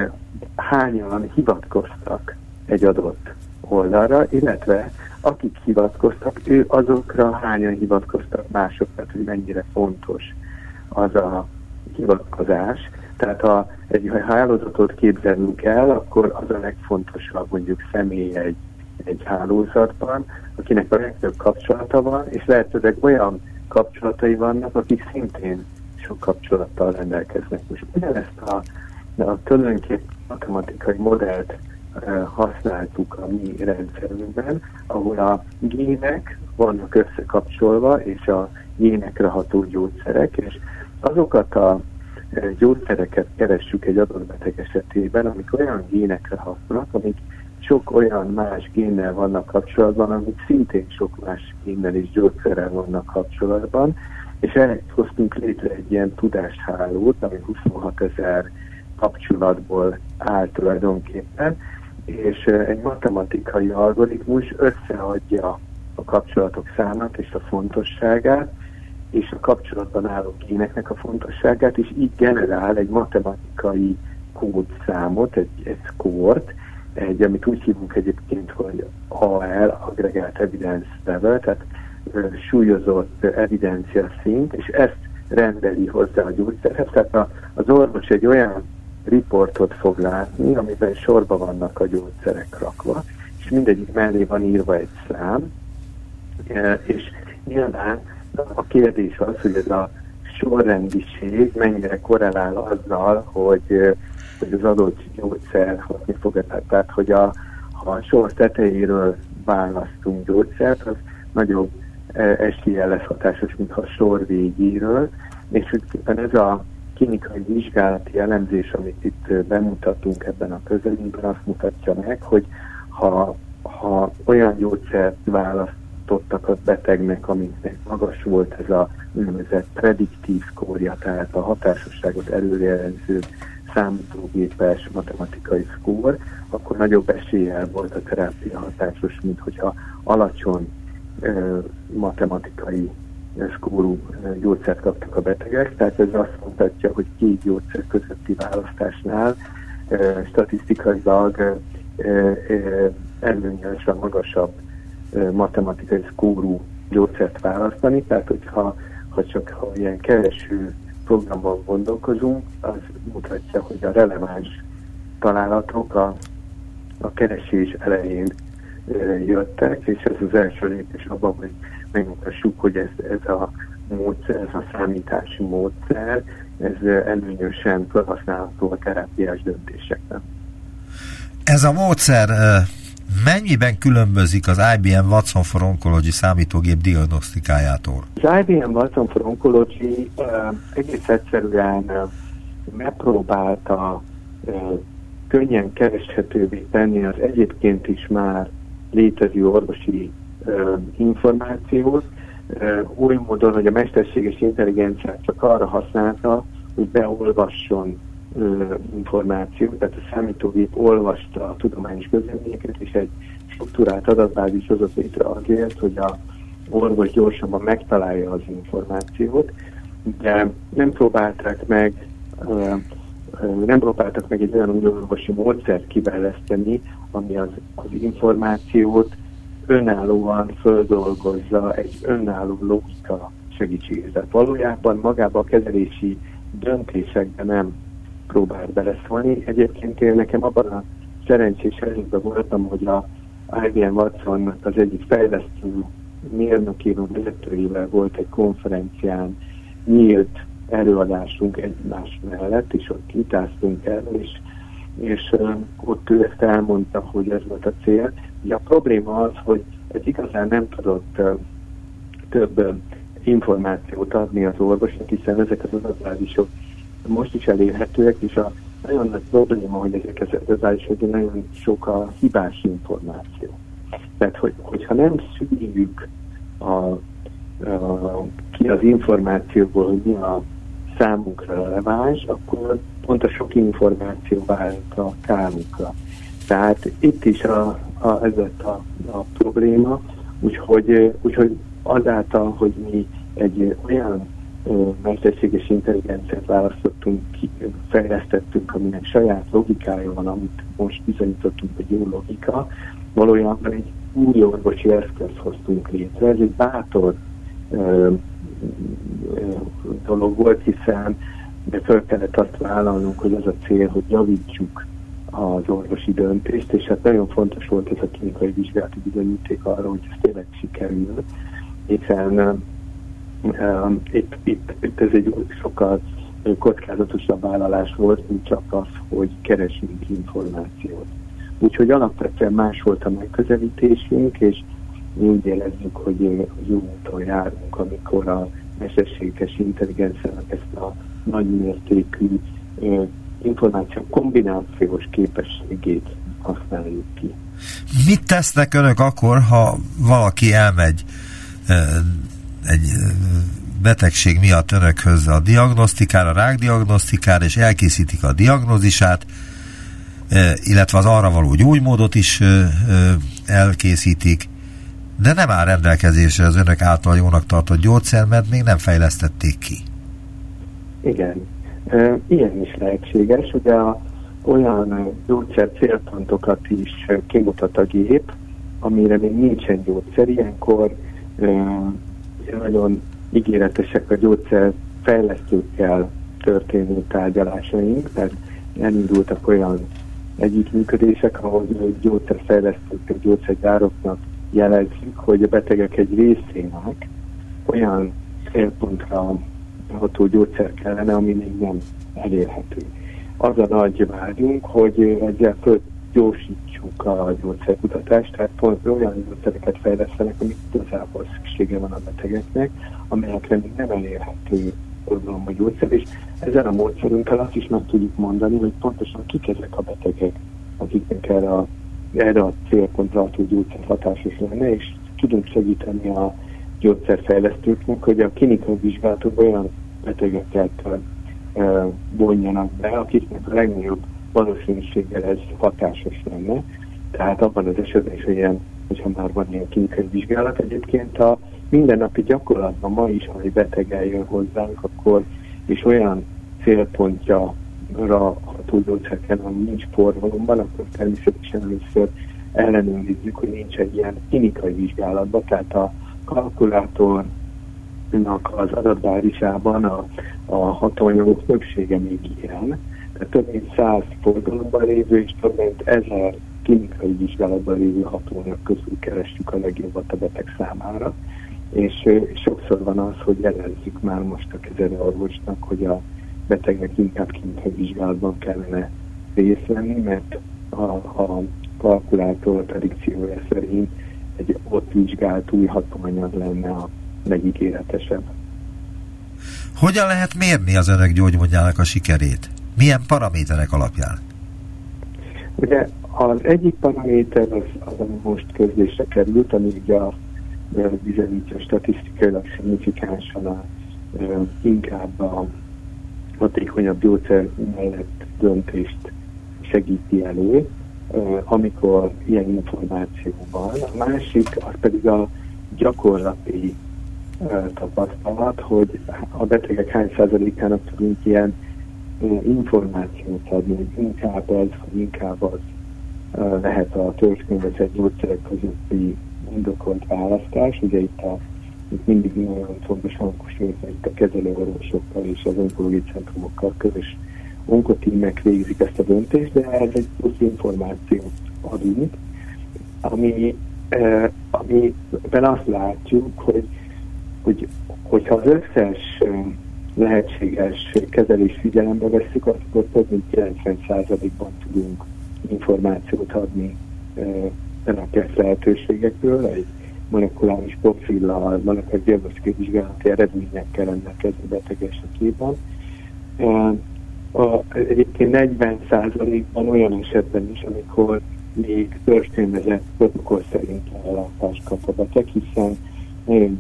hányan hivatkoztak egy adott oldalra, illetve akik hivatkoztak, ő azokra hányan hivatkoztak mások, tehát hogy mennyire fontos az a hivatkozás. Tehát ha egy hálózatot képzelünk el, akkor az a legfontosabb mondjuk személy egy, egy hálózatban, akinek a legtöbb kapcsolata van, és lehetőleg olyan kapcsolatai vannak, akik szintén sok kapcsolattal rendelkeznek. Most ugyanezt a, a tulajdonképpen matematikai modellt e, használtuk a mi rendszerünkben, ahol a gének vannak összekapcsolva, és a génekre ható gyógyszerek, és azokat a gyógyszereket keressük egy adott beteg esetében, amik olyan génekre hatnak, amik sok olyan más génnel vannak kapcsolatban, amik szintén sok más génnel és gyógyszerrel vannak kapcsolatban, és ehhez hoztunk létre egy ilyen tudáshálót, ami huszonhatezer kapcsolatból áll tulajdonképpen, és egy matematikai algoritmus összeadja a kapcsolatok számát és a fontosságát, és a kapcsolatban álló géneknek a fontosságát, és így generál egy matematikai kódszámot, egy, egy score-t, egy, amit úgy hívunk egyébként, hogy A L, Aggregate Evidence Level, tehát ö, súlyozott evidencia szint, és ezt rendeli hozzá a gyógyszerhez. Tehát a, az orvos egy olyan riportot fog látni, amiben sorba vannak a gyógyszerek rakva, és mindegyik mellé van írva egy szám, és nyilván a kérdés az, hogy ez a sorrendiség mennyire korrelál azzal, hogy, hogy az adott gyógyszer hatni fog. Tehát, hogy a, ha a sor tetejéről választunk gyógyszert, az nagyobb eséllyel lesz hatásos, mint ha a sor végéről, és hogy ez a klinikai vizsgálati elemzés, amit itt bemutatunk ebben a közelünkben, azt mutatja meg, hogy ha, ha olyan gyógyszert választ adtak a betegnek, amiknek magas volt ez a úgynevezett prediktív szkórja, tehát a hatásosságot előrejelző számítógépes matematikai szkór, akkor nagyobb eséllyel volt a terápia hatásos, mint hogyha alacsony ö, matematikai szkórú gyógyszert kaptak a betegek. Tehát ez azt mutatja, hogy két gyógyszer közötti választásnál ö, statisztikailag előnyösen magasabb matematikai szkórú gyógyszert választani, tehát hogyha ha csak ha ilyen kereső programban gondolkozunk, az mutatja, hogy a releváns találatok a, a keresés elején jöttek, és ez az első lépés abban, hogy megmutassuk, hogy ez, ez a módszer, ez a számítási módszer, ez előnyösen felhasználható a terápiás döntésekben. Ez a módszer mennyiben különbözik az I B M Watson for Oncology számítógép diagnosztikájától? Az I B M Watson for Oncology uh, egész egyszerűen uh, megpróbálta uh, könnyen kereshetővé tenni az egyébként is már létező orvosi uh, információt, uh, oly módon, hogy a mesterséges intelligenciát csak arra használta, hogy beolvasson uh, információt, tehát a számítógép olvasta a tudományos közleményeket, és egy struktúrált adatbázis hozott létre azért, hogy a orvos gyorsabban megtalálja az információt, de nem próbálták meg uh, nem próbáltak meg egy olyan új orvosi módszert kifejleszteni, ami az, az információt önállóan földolgozza egy önálló logika segítségével. Valójában magába a kezelési döntésekben nem próbált beleszólni. Egyébként én nekem abban a szerencsés helyzetben voltam, hogy a I B M Watson az egyik fejlesztő mérnökével, vezetőivel volt egy konferencián nyílt előadásunk egymás mellett, és ott vitáztunk el, és, és uh, ott ő ezt elmondta, hogy ez volt a cél. Ugye a probléma az, hogy ez igazán nem tudott uh, több uh, információt adni az orvosnak, hiszen ezek az adatbázisok most is elérhetőek, és a nagyon nagy probléma, hogy ezek az adatbázisok nagyon sok a hibás információ. Tehát, hogy, hogyha nem szűrjük a, a, ki az információból, hogy mi a számunkra releváns, akkor pont a sok információ vált a kárunkra. Tehát itt is a, a, ez lett a, a probléma, úgyhogy, úgyhogy azáltal, hogy mi egy olyan ö, mesterséges intelligenciát választottunk, ki, fejlesztettünk, aminek saját logikája van, amit most bizonyítottunk, hogy jó logika, valójában egy új orvosi eszközt hoztunk létre. Ez egy bátor ö, dolog volt, hiszen de föl kellett azt vállalnunk, hogy az a cél, hogy javítsuk az orvosi döntést, és hát nagyon fontos volt ez a klinikai vizsgálati bizonyíték arra, hogy ez tényleg sikerül, hiszen um, itt, itt, itt ez egy sokkal kockázatosabb vállalás volt, mint csak az, hogy keresünk információt. Úgyhogy alapvetően más volt a megközelítésünk, és mi úgy érezzük, hogy jó úton járunk, amikor a mesterséges intelligenciának ezt a nagymértékű információ kombinációs képességét használjuk ki. Mit tesznek önök akkor, ha valaki elmegy egy betegség miatt önökhöz a diagnosztikára, a rákdiagnosztikára, és elkészítik a diagnózisát, illetve az arra való gyógymódot is elkészítik, de nem áll rendelkezésre az önök által jónak tartott gyógyszer, mert még nem fejlesztették ki. Igen. E, ilyen is lehetséges. Ugye a, olyan gyógyszer célpontokat is kimutat a gép, amire még nincsen gyógyszer. Ilyenkor e, nagyon ígéretesek a gyógyszer fejlesztőkkel történő tárgyalásaink, tehát elindultak olyan együttműködések, ahol gyógyszerfejlesztőknek, gyógyszergyároknak jelezzük, hogy a betegek egy részének olyan célpontra ható gyógyszer kellene, ami még nem elérhető. Az a nagy vágyunk, hogy ezzel gyorsítsuk a gyógyszerkutatást, tehát pont olyan gyógyszereket fejlesztenek, amik igazából szüksége van a betegeknek, amelyekre még nem elérhető a gyógyszer, és ezzel a módszerünkkel azt is meg tudjuk mondani, hogy pontosan kik ezek a betegek, akiknek erre a, erre a célpontra ható gyógyszer hatásos lenne, és tudunk segíteni a gyógyszerfejlesztőknek, hogy a klinikai vizsgálatokban olyan betegeket e, vonjanak be, akiknek a legnagyobb valószínűséggel ez hatásos lenne. Tehát abban az esetben is, hogy ilyen, hogyha már van ilyen klinikai vizsgálat, egyébként a mindennapi gyakorlatban ma is, ha egy beteg eljön hozzánk, akkor és olyan célpontja ható gyógyszer kell, ami nincs forgalomban, akkor természetesen először ellenőrizzük, hogy nincs egy ilyen klinikai vizsgálatban, tehát a kalkulátornak az adatbázisában a, a hatóanyagok többsége még ilyen, tehát több mint száz forgalomban lévő és több mint ezer klinikai vizsgálatban lévő hatóanyag közül kerestjük a legjobbat a beteg számára, és sokszor van az, hogy jelezzük már most a kezelőorvosnak, hogy a betegnek inkább klinikai vizsgálatban kellene részt venni, mert a, a kalkulátor predikciója szerint egy ott vizsgált új hatóanyag lenne a legígéretesebb. Hogyan lehet mérni az önök gyógymódjának a sikerét? Milyen paraméterek alapján? Ugye az egyik paraméter az, az ami most közlésre került, ami ugye a bizonyítja statisztikailag szignifikánsan a, inkább a hatékonyabb gyógyszer mellett döntést segíti elő, amikor ilyen információ van. A másik, az pedig a gyakorlati tapasztalat, hogy a betegek hány százalékának tudunk ilyen információt adni, hogy inkább ez, hogy inkább az lehet a törzskönyvezett gyógyszerek közötti indokolt választás. Ugye itt, a, itt mindig nagyon fontos hangsúlyozni, hogy itt a kezelőorvosokkal és az onkológiai centrumokkal közös onkotímek végzik ezt a döntést, de ez egy plusz információt adunk, ami, eh, amiben azt látjuk, hogy, hogy hogyha az összes eh, lehetséges kezelés figyelembe vesszük, akkor több mint kilencven százalékban tudunk információt adni eh, a kezt lehetőségekről, egy molekuláris profillal, molekuláris diagnosztikai vizsgálati eredményekkel rendelkező beteg esetében. Eh, A, egyébként negyven százalékban olyan esetben is, amikor még törzskönyvezett protokoll szerint ellátást kap a beteg, hiszen nagyon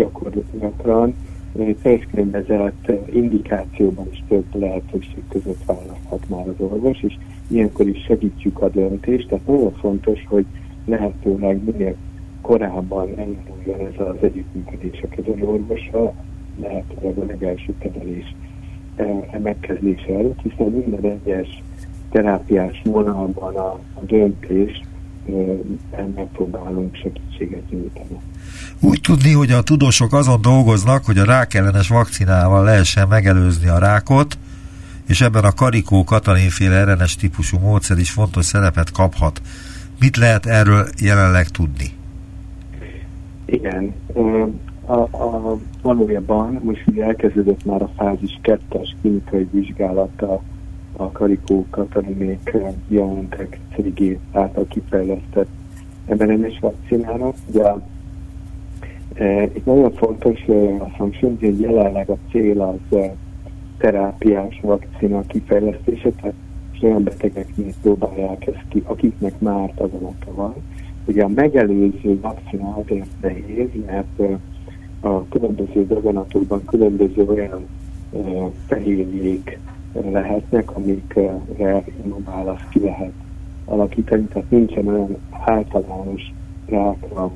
gyakran törzskönyvezett indikációban is több lehetőség között választhat már az orvos, és ilyenkor is segítjük a döntést, tehát nagyon fontos, hogy lehetőleg minél korábban elinduljon ez az együttműködés a kezelőorvossal, lehetőleg a legelső kezelés megkezdése előtt, hiszen minden egyes terápiás vonalban a, a döntés megpróbálunk segítséget nyújtani. Úgy tudni, hogy a tudósok azon dolgoznak, hogy a rákellenes vakcinával lehessen megelőzni a rákot, és ebben a Karikó Katalinféle er en es típusú módszer is fontos szerepet kaphat. Mit lehet erről jelenleg tudni? Igen. A, a, valójában most ugye elkezdődött már a fázis kettes klinikai vizsgálata a Karikó Katalinék jelentek cégé által kifejlesztett em er en es vakcinának. Ugye e, itt nagyon fontos e, azt hangsúlyozni, hogy jelenleg a cél az e, terápiás vakcina kifejlesztése, tehát olyan betegeknél próbálják ezt ki, akiknek már azonaka van. Ugye a megelőző vakcina azért nehéz, mert e, a különböző daganatokban különböző olyan e, fehérjék lehetnek, amikre immunválaszt ki lehet alakítani, tehát nincsen olyan általános rákra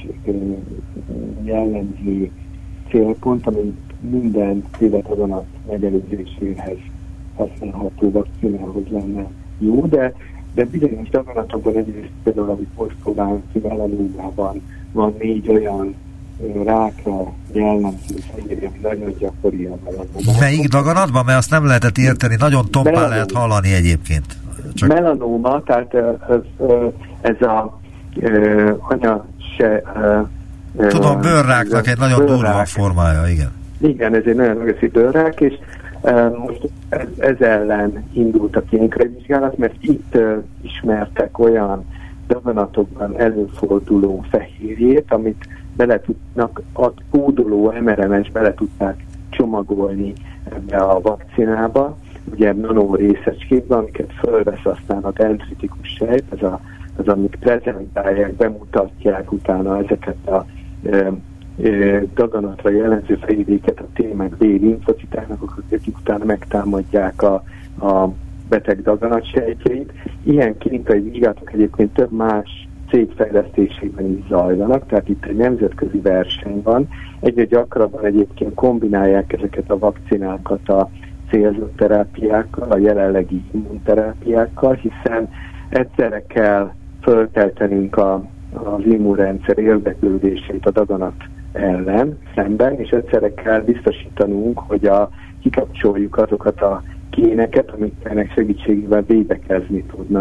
jellemző célpont, ami minden életadaganat megelőzéséhez használható vakcinához lenne jó, de, de bizonyos daganatokban egyrészt például, amit most próbálunk ki melanómában, van négy olyan rákra jellemző fehérje, ami nagyon gyakori a melanómában. Melyik daganatban? Mert azt nem lehetett érteni, nagyon tompán melanóma. Lehet hallani egyébként. Csak... Melanóma, tehát ez, ez a anya se... Tudom, bőrráknak egy nagyon durva formája, igen. Igen, ez egy nagyon agresszív bőrrák, és most ez, ez ellen indult a klinikai vizsgálat, mert itt ismertek olyan daganatokban előforduló fehérjét, amit bele tudnak, a kódoló em er en es bele tudták csomagolni ebbe a vakcinába, ugye nanórészecskékben, amiket fölvesz aztán a dendritikus sejt, ez a, az, amik prezentálják, bemutatják utána ezeket a e, e, daganatra jellemző fehérjéket a T meg B limfocitáknak, akik utána megtámadják a, a beteg daganatsejtjeit. Ilyen klinikai vizsgálatok egyébként több más cég fejlesztésében is zajlanak, tehát itt egy nemzetközi verseny van. Egyre gyakrabban egyébként kombinálják ezeket a vakcinákat a célzott terápiákkal, a jelenlegi immunterápiákkal, hiszen egyszerre kell fölkeltenünk a, az immunrendszer érdeklődését a daganat ellen szemben, és egyszerre kell biztosítanunk, hogy a, kikapcsoljuk azokat a géneket, amiknek segítségével védekezni tudna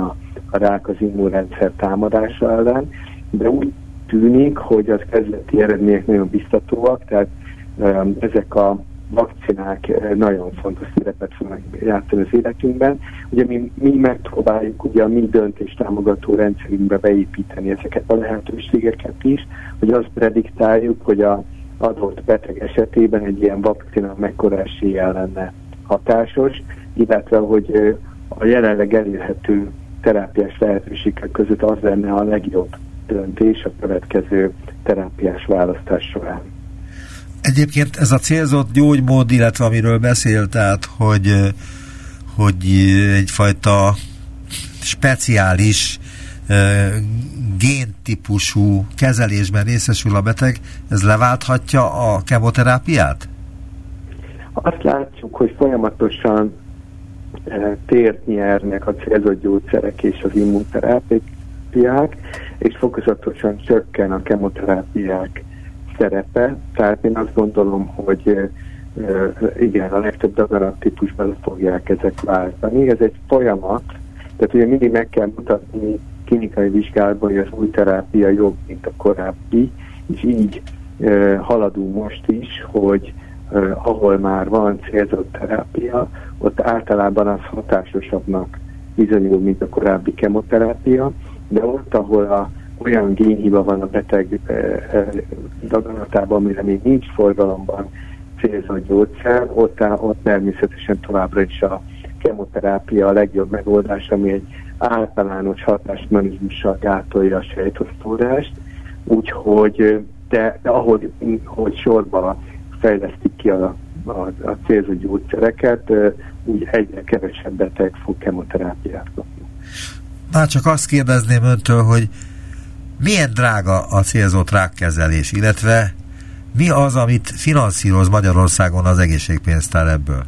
a rák az immunrendszer támadása ellen, de úgy tűnik, hogy az kezdeti eredmények nagyon biztatóak, tehát um, ezek a vakcinák nagyon fontos szerepet fognak játszani az életünkben. Ugye mi, mi megpróbáljuk ugye a mi döntéstámogató rendszerünkbe beépíteni ezeket a lehetőségeket is, hogy azt prediktáljuk, hogy az adott beteg esetében egy ilyen vakcina mekkora eséllyel lenne hatásos, illetve hogy a jelenleg elérhető terápiás lehetőségek között az lenne a legjobb döntés a következő terápiás választás során. Egyébként ez a célzott gyógymód, illetve amiről beszélt, tehát, hogy, hogy egyfajta speciális géntípusú kezelésben részesül a beteg, ez leválthatja a kemoterápiát? Azt látjuk, hogy folyamatosan tért nyernek a célzott gyógyszerek és az immunterápiák, és fokozatosan csökken a kemoterápiák szerepe, tehát én azt gondolom, hogy igen, a legtöbb daganattípusban fogják ezek váltani. Ez egy folyamat, tehát ugye mindig meg kell mutatni klinikai vizsgálatban, hogy az új terápia jobb, mint a korábbi, és így haladunk most is, hogy ahol már van célzott terápia, ott általában az hatásosabbnak bizonyul, mint a korábbi kemoterápia, de ott, ahol a olyan génhiba van a beteg daganatában, amire még nincs forgalomban célzott gyógyszer, ott, ott természetesen továbbra is a kemoterápia a legjobb megoldás, ami egy általános hatásmechanizmussal gátolja a sejtosztódást, úgyhogy, de, de ahogy hogy sorba fejlesztik ki a, a, a célzott gyógyszereket, úgy egyre kevesebb beteg fog kemoterápiát kapni. Már csak azt kérdezném öntől, hogy milyen drága a célzott rákkezelés, illetve mi az, amit finanszíroz Magyarországon az egészségpénztár ebből?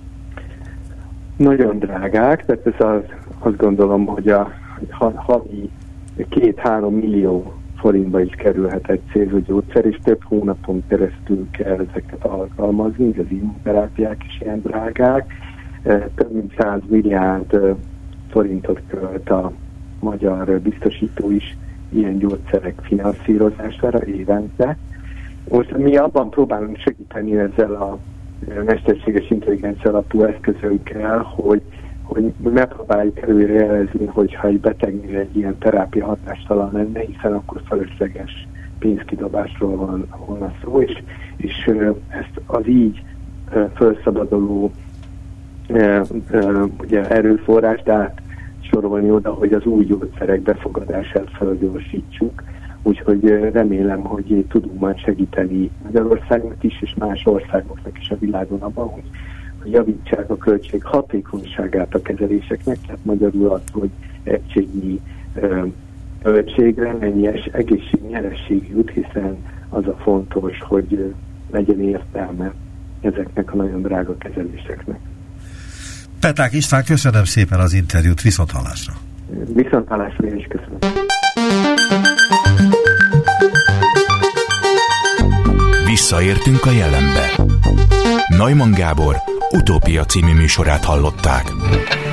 Nagyon drágák, tehát ez az, azt gondolom, hogy a havi két-három millió forintba is kerülhet egy célzott gyógyszer, és több hónapon keresztül kell ezeket alkalmazni, az immunterápiák is ilyen drágák. Több mint száz milliárd forintot költ a magyar biztosító is ilyen gyógyszerek finanszírozására évente. Most mi abban próbálunk segíteni ezzel a mesterséges intelligencia alapú eszközönkkel, hogy, hogy megpróbáljuk előrejelezni, hogyha egy betegnél egy ilyen terápia hatástalan lenne, hiszen akkor felesleges pénzkidobásról van volna szó, és, és ezt az így felszabaduló ugye, erőforrást át sorolni oda, hogy az új gyógyszerek befogadását felgyorsítsuk. Úgyhogy remélem, hogy tudunk majd segíteni Magyarországnak is, és más országoknak is a világon abban, hogy, hogy javítsák a költség hatékonyságát a kezeléseknek, tehát magyarul az, hogy egységnyi költségre mennyi egészségnyereség jut, hiszen az a fontos, hogy legyen értelme ezeknek a nagyon drága kezeléseknek. Peták István, köszönöm szépen az interjút, viszonthallásra. Viszonthallásra, én is köszönöm. Visszaértünk a jelenbe. Neumann Gábor Utópia című műsorát hallották.